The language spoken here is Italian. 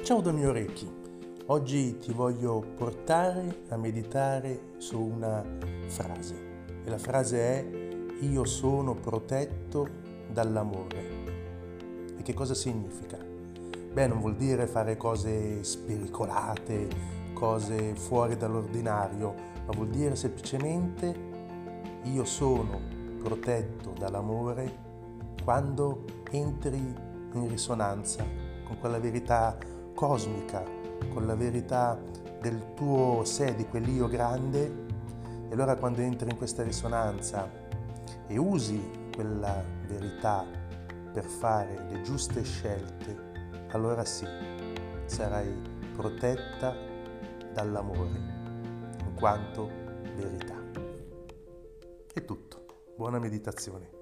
Ciao dai miei orecchi, oggi ti voglio portare a meditare su una frase e la frase è: io sono protetto dall'amore. E che cosa significa? Beh, non vuol dire fare cose spericolate, cose fuori dall'ordinario, ma vuol dire semplicemente: io sono protetto dall'amore quando entri in risonanza con quella verità cosmica, con la verità del tuo sé, di quell'io grande. E allora quando entri in questa risonanza e usi quella verità per fare le giuste scelte, allora sì, sarai protetta dall'amore, in quanto verità. È tutto. Buona meditazione.